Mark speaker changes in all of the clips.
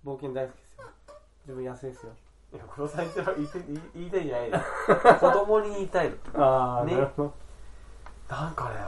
Speaker 1: 冒険大好きですよ。自分安いですよ。
Speaker 2: いや、黒沢さん言いたいんじゃないの。子供に言いたいの。
Speaker 1: ああ、
Speaker 2: ね、
Speaker 1: なるほど。
Speaker 2: なんかね、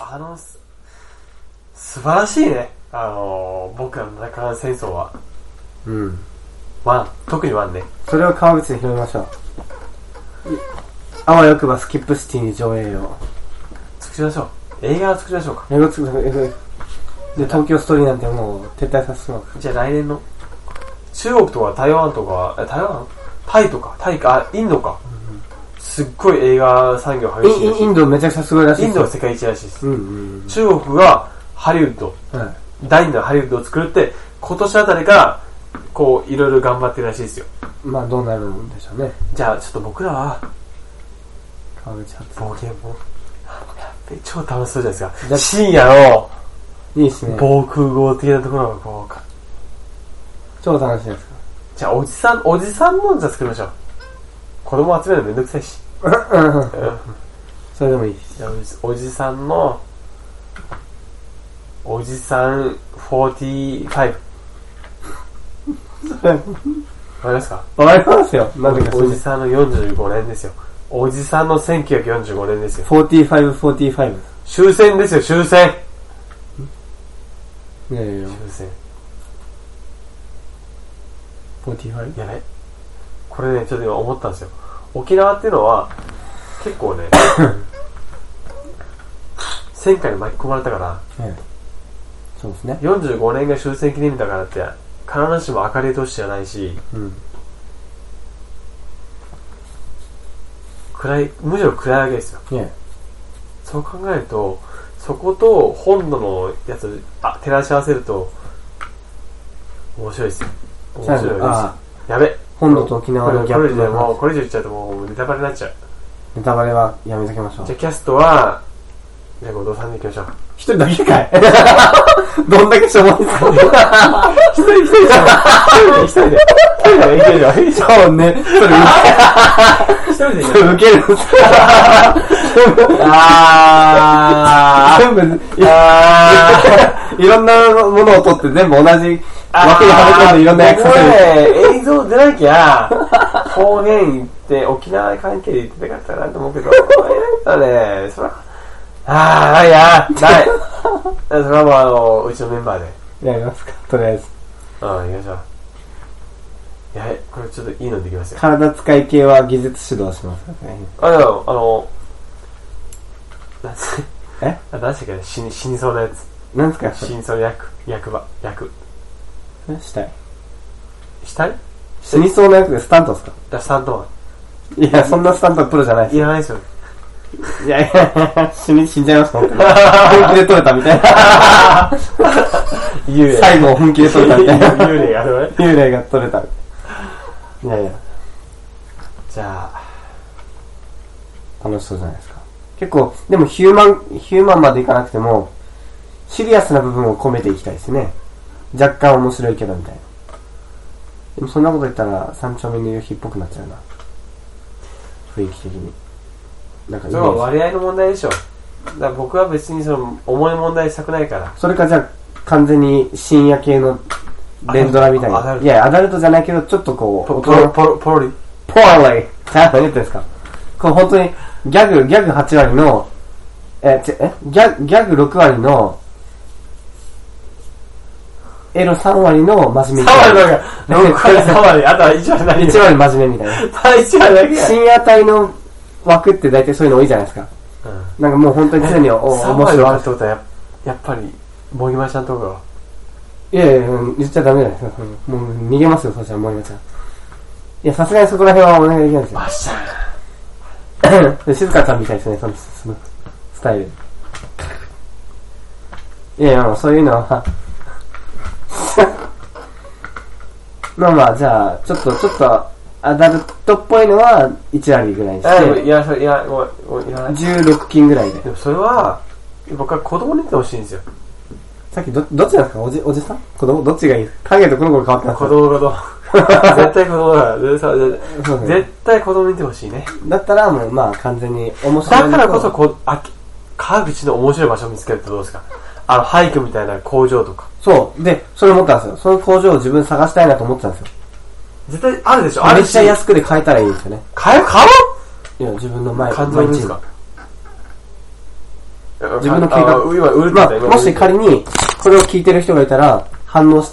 Speaker 2: 素晴らしいね。僕らの中間戦争は。
Speaker 1: うん。
Speaker 2: 特にワンね。
Speaker 1: それを川口で広めましょう。あわよくばスキップシティに上映を。
Speaker 2: 作りましょう。映画を作りましょうか。
Speaker 1: 映画作る、で、東京ストーリーなんてもう撤退させてもらう。
Speaker 2: じゃあ来年の。中国とか台湾とか、タイとか、インドか。すっごい映画産業激しいらしい。
Speaker 1: インドめちゃくちゃすごいらしいです。
Speaker 2: インドが世界一らしいです。
Speaker 1: うんうんうん、
Speaker 2: 中国がハリウッド、はい、第2のハリウッドを作るって、今年あたりから、こう、いろいろ頑張ってるらしいですよ。
Speaker 1: まあ、どうなるんでしょうね。
Speaker 2: じゃあ、ちょっと僕らは、
Speaker 1: 川口発
Speaker 2: 冒険も、超楽しそうじゃないですか。深夜の、
Speaker 1: いいっすね。
Speaker 2: 防空壕的なところがこう、
Speaker 1: 超楽しいですか。
Speaker 2: じゃあ、おじさんもんじゃ作りましょう。子供集めるのめんどくさいし。
Speaker 1: それでもいいし。
Speaker 2: じゃあ、おじさんの、おじさん45。わかりますか？
Speaker 1: わかりますよ。なんでか
Speaker 2: おじさんの45年ですよ。おじさんの1945年ですよ。
Speaker 1: 45。
Speaker 2: 終戦ですよ、終戦。
Speaker 1: いやいや。
Speaker 2: 終戦。
Speaker 1: 45？
Speaker 2: やべ。これね、ちょっと今思ったんですよ。沖縄っていうのは、結構ね、戦火に巻き込まれたから、
Speaker 1: そうですね。
Speaker 2: 45年が終戦記念日だからって、必ずしも明るい年じゃないし、
Speaker 1: うん、
Speaker 2: むしろ暗いわけですよ。そう考えると、そこと本土のやつ照らし合わせると面白いですよ。面白いです。やべ。
Speaker 1: 本土と沖縄のギャップで
Speaker 2: もうこれ以上言っちゃうともうネタバレになっちゃう。
Speaker 1: ネタバレはやめときましょう。
Speaker 2: じゃあキャストはじゃあ後藤さんでいきましょう。
Speaker 1: 一人だけかい。どんだけしょぼいですか。一人でいけるよ。そうね。一人でいける。受ける。全部いろんなものを取って全部同じ枠にはめ込んでいろんな役させる。
Speaker 2: 映像出なきゃ方言言って沖縄関係で言ってたかったなと思うけど、なんかね、それはない。それはもううちのメンバーで
Speaker 1: やりますか、とりあえず。
Speaker 2: 行きましょう。これちょっといいのできますよ。
Speaker 1: 体使い系は技術指導しますからね。何でしたっけ、
Speaker 2: 死にそうなやつ。
Speaker 1: 何ですか、
Speaker 2: 死にそうな役。死体
Speaker 1: 死にそうな役でスタントですか？
Speaker 2: スタントマ
Speaker 1: ン。いや、そんなスタントはプロじゃないです。
Speaker 2: いらないですよ。
Speaker 1: いや死んじゃいますか、本当に。本気で撮れたみたいな。最後本気で撮れたみたいな。幽霊が撮れた。いや。
Speaker 2: じゃあ、
Speaker 1: 楽しそうじゃないですか。結構、でもヒューマンまでいかなくても、シリアスな部分を込めていきたいですね。若干面白いけどみたいな。でもそんなこと言ったら、三丁目の夕日っぽくなっちゃうな。雰囲気的に。なんか
Speaker 2: それは割合の問題でしょ。だから僕は別にその重い問題したくないから。
Speaker 1: それかじゃあ完全に深夜系の連ドラみたいな。いや、アダルトじゃないけど、ちょっとこう、
Speaker 2: ポロリ
Speaker 1: 何言ってんですか。こう本当にギャグ8割の、ギャグ6割の、エロ3割の真面目みたいな。
Speaker 2: 3割、あとは1割何
Speaker 1: 1割真面目みたいな。
Speaker 2: 1割だけ
Speaker 1: 深夜帯の枠って大体そういうの多いじゃないですか。なんかもう本当に常に面白い。
Speaker 2: 3割あるってことはやっぱり、ボギマちゃんとかは。
Speaker 1: いや、言っちゃダメだよ。もう逃げますよ、そしたらボギマちゃん。いや、さすがにそこら辺はお願いできないですよ。
Speaker 2: マジ
Speaker 1: で静香ちゃんみたいですね、そのスタイル。いや、もうそういうのはまあ、じゃあ、ちょっと、アダルトっぽいのは1割ぐらいにして。
Speaker 2: いや、
Speaker 1: 16金ぐらいで。
Speaker 2: でもそれは、僕は子供に言ってほしいんですよ。
Speaker 1: さっきどっちなんですか？おじさん？子供？どっちがいい？影とこの子変わってます。
Speaker 2: 子供。絶対子供だから。絶対子供に言ってほしいね。
Speaker 1: だったらもう、まあ完全に面白い。
Speaker 2: だからこそ川口の面白い場所を見つけるってどうですか？廃墟みたいな工場とか。
Speaker 1: そう。で、それ思ったんですよ。その工場を自分探したいなと思ってたんですよ。
Speaker 2: 絶対あるでしょ。
Speaker 1: めっちゃ安くで買えたらいいんですよね。
Speaker 2: 買う
Speaker 1: いや、自分の前
Speaker 2: 肝臓ですか。
Speaker 1: 自分の計画。
Speaker 2: 今売るって
Speaker 1: まあ、もし仮に、これを聞いてる人がいたら、反応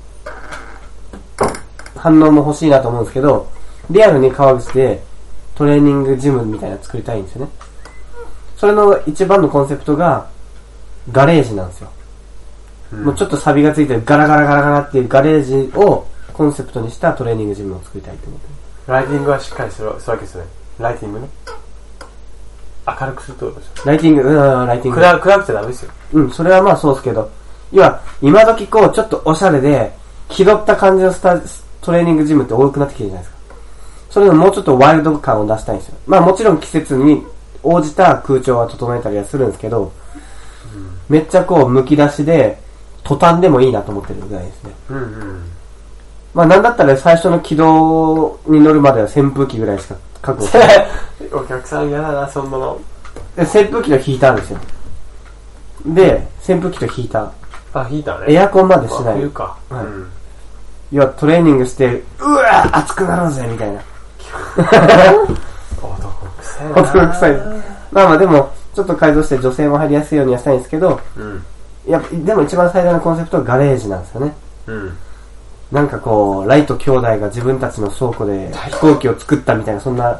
Speaker 1: も欲しいなと思うんですけど、リアルに川口でトレーニングジムみたいなの作りたいんですよね。それの一番のコンセプトが、ガレージなんですよ。もうちょっと錆がついてるガラガラガラガラっていうガレージをコンセプトにしたトレーニングジムを作りたいと思ってる。
Speaker 2: ライティングはしっかりするわけですよね。ライティングね。明るくするってことですよ。
Speaker 1: ライティング。
Speaker 2: 暗くちゃダメですよ。
Speaker 1: それはまあそうですけど、今時こう、ちょっとおしゃれで、気取った感じのトレーニングジムって多くなってきてるじゃないですか。それのもうちょっとワイルド感を出したいんですよ。まあもちろん季節に応じた空調は整えたりはするんですけど、めっちゃこう、剥き出しで、途端でもいいなと思ってるぐらいですね。まあなんだったら最初の軌道に乗るまでは扇風機ぐらいしか確保してない。
Speaker 2: お客さん嫌だな、そんなの。
Speaker 1: で、扇風機とヒーターですよ。で、扇風機とヒーター。
Speaker 2: あ、ヒーターね。
Speaker 1: エアコンまでしない。
Speaker 2: 冬か。
Speaker 1: 要はトレーニングして、うわー熱くなろうぜみたいな。
Speaker 2: 男臭いな。
Speaker 1: 男臭い。まあでも、ちょっと改造して女性も入りやすいようにはしたいんですけど、でも一番最大のコンセプトはガレージなんですよね。なんかこう、ライト兄弟が自分たちの倉庫で飛行機を作ったみたいな、そんな、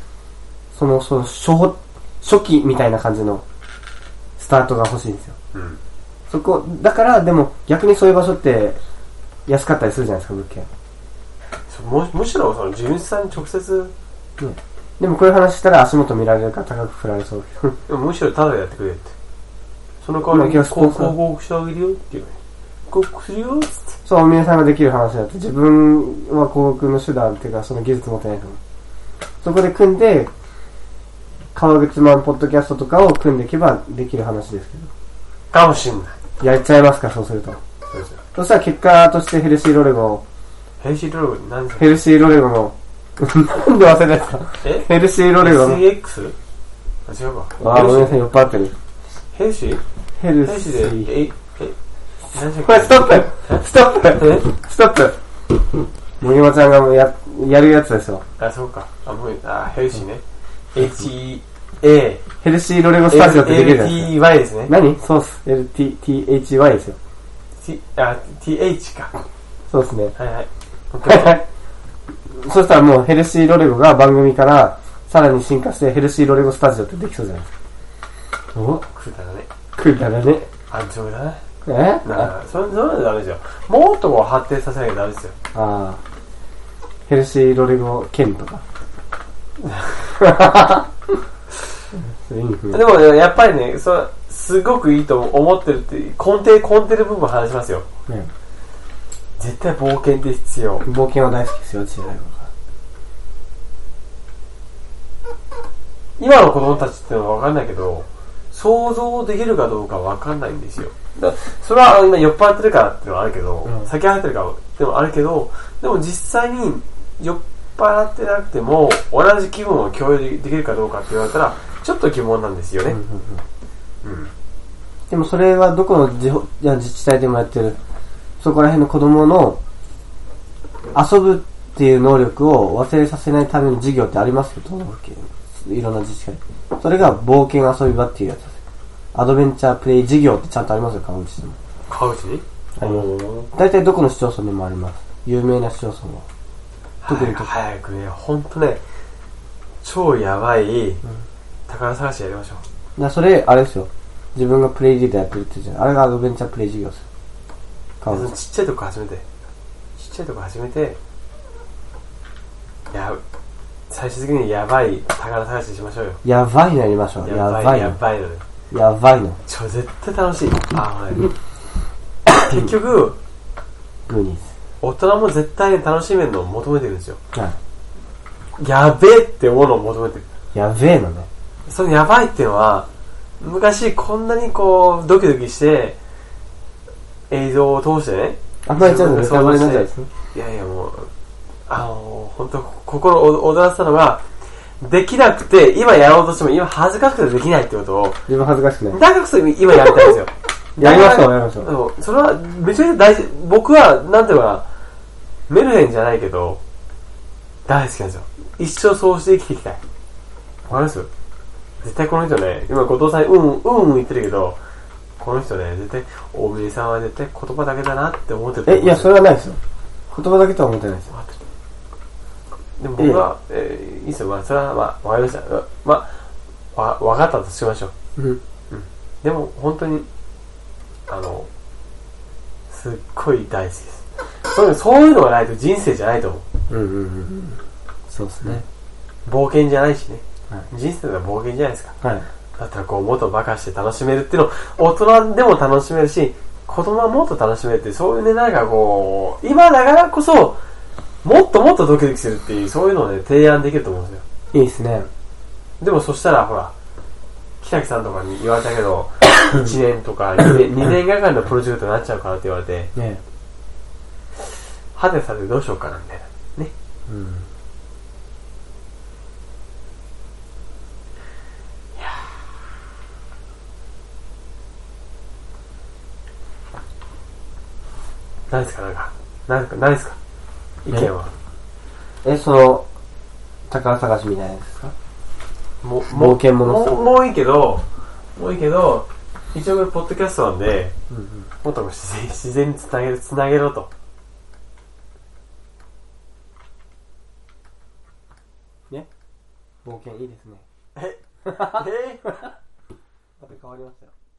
Speaker 1: 初期みたいな感じのスタートが欲しいんですよ。そこ、だからでも逆にそういう場所って安かったりするじゃないですか、物件。
Speaker 2: むしろその地主さんに直接、
Speaker 1: でもこういう話したら足元見られるから高く振られそう。
Speaker 2: でもむしろタダでやってくれって。その代わりに広告してあげるよっていう。広告するよって。
Speaker 1: そう、皆さんができる話だと、自分は広告の手段っていうか、その技術持ってないから。そこで組んで、川口マンポッドキャストとかを組んでいけばできる話ですけど。
Speaker 2: かもしんない。
Speaker 1: やっちゃいますか、そうすると。
Speaker 2: そうですよ。
Speaker 1: そしたら結果としてヘルシーロレゴを。
Speaker 2: ヘルシーロレゴ何ですか？
Speaker 1: ヘルシーロレゴの、なんで忘れたんですか？ヘルシーロレゴの。
Speaker 2: SEX？ あ、違うか。
Speaker 1: あ、ごめんなさい、酔っ払ってる。
Speaker 2: ヘルシー？
Speaker 1: ヘルシー。これストップストップもぎまちゃんがやるやつですよ。
Speaker 2: あ、そうか。ヘルシーね。HEA。
Speaker 1: ヘルシーロレゴスタジオってできるじゃないですか。
Speaker 2: LTY ですね。
Speaker 1: 何？そうっす。LTTHY ですよ。
Speaker 2: TH か。
Speaker 1: そうっすね。
Speaker 2: はい。
Speaker 1: そしたらもうヘルシーロレゴが番組からさらに進化してヘルシーロレゴスタジオってできそうじゃないですか。お？くだらね。
Speaker 2: 安直だね。
Speaker 1: そう
Speaker 2: いうのダメですよ。もっとこう発展させなきゃダメですよ。
Speaker 1: ああ。ヘルシーロレゴ剣とか。
Speaker 2: でもね、やっぱりね、すごくいいと思ってるっていう根底の部分を話しますよ。絶対冒険って必要。
Speaker 1: 冒険は大好きですよ、小さい頃から。
Speaker 2: 今の子供たちってのは分かんないけど、想像できるかどうか分かんないんですよ。それは今酔っ払ってるからっていうのはあるけど、酒入ってるからってのはあるけど、でも実際に酔っ払ってなくても同じ気分を共有できるかどうかって言われたらちょっと疑問なんですよね。
Speaker 1: でもそれはどこの自治体でもやってる、そこら辺の子供の遊ぶっていう能力を忘れさせないための授業ってありますよ、いろんな自治体。それが冒険遊び場っていうやつです。アドベンチャープレイ事業ってちゃんとありますよ、川口でも。
Speaker 2: 川口に？
Speaker 1: 大体どこの市町村でもあります。有名な市町村は。
Speaker 2: 特に早くね、ほんとね、超やばい宝探しやりましょう。
Speaker 1: それ、あれですよ。自分がプレイリーダーやってるって言ってた。あれがアドベンチャープレイ事業ですよ。
Speaker 2: ちっちゃいとこ始めて、最終的にやばい宝探ししましょうよ。
Speaker 1: やばいのやりましょう。やばいの。
Speaker 2: 絶対楽しい。結局、
Speaker 1: グーニーズ。
Speaker 2: 大人も絶対に楽しめるのを求めてるんですよ。やべえって思うのを求めてる。
Speaker 1: やべえのね。
Speaker 2: そのやばいっていうのは、昔こんなにこう、ドキドキして、映像を通してね。
Speaker 1: あんまりちゃんとネタバレになっちゃうんですね。
Speaker 2: いやいやもう、本当心を躍らせたのが、できなくて、今やろうとしても今恥ずかしくてできないってことを。
Speaker 1: 自分恥ずかしくない。
Speaker 2: だからこそ今やりたいんですよ。
Speaker 1: やりましょう、やりましょう。
Speaker 2: そう、それはめちゃくちゃ大事。僕は、なんていうかな、メルヘンじゃないけど、大好きなんですよ。一生そうして生きていきたい。わかります？絶対この人ね、今後藤さん言ってるけど、この人ね、絶対、大峰さんは絶対言葉だけだなって思ってると思うんですよ。
Speaker 1: いや、それはないですよ。言葉だけとは思ってないですよ。
Speaker 2: でも僕は、いいですよ。まあ、それは、まあ、わかりました。まあ、わかったとしましょう。
Speaker 1: うん。
Speaker 2: でも、本当に、すっごい大好きです。そういうのがないと人生じゃないと思う。
Speaker 1: そうですね。
Speaker 2: 冒険じゃないしね。
Speaker 1: はい、
Speaker 2: 人生は冒険じゃないですか。
Speaker 1: はい。
Speaker 2: だったらこう、もっとバカして楽しめるっていうのを、大人でも楽しめるし、子供はもっと楽しめるっていう、そういうね、なんかこう、今だからこそ、もっともっとドキドキするっていう、そういうのをね、提案できると思うんですよ。
Speaker 1: いいですね。
Speaker 2: でもそしたら、ほら、北木さんとかに言われたけど、1年とか2年がかりのプロジェクトになっちゃうからって言われて、
Speaker 1: ね、
Speaker 2: はてさてどうしようかなみたいな。ね。
Speaker 1: うん。
Speaker 2: 何ですか何ですか意見は。
Speaker 1: 宝探しみたいなやつですか？
Speaker 2: 冒
Speaker 1: 険者
Speaker 2: もういいけど、一応これポッドキャストなんで、もっと自然につなげろと。
Speaker 1: ね、冒険いいですね。
Speaker 2: また
Speaker 1: 変わりましたよ。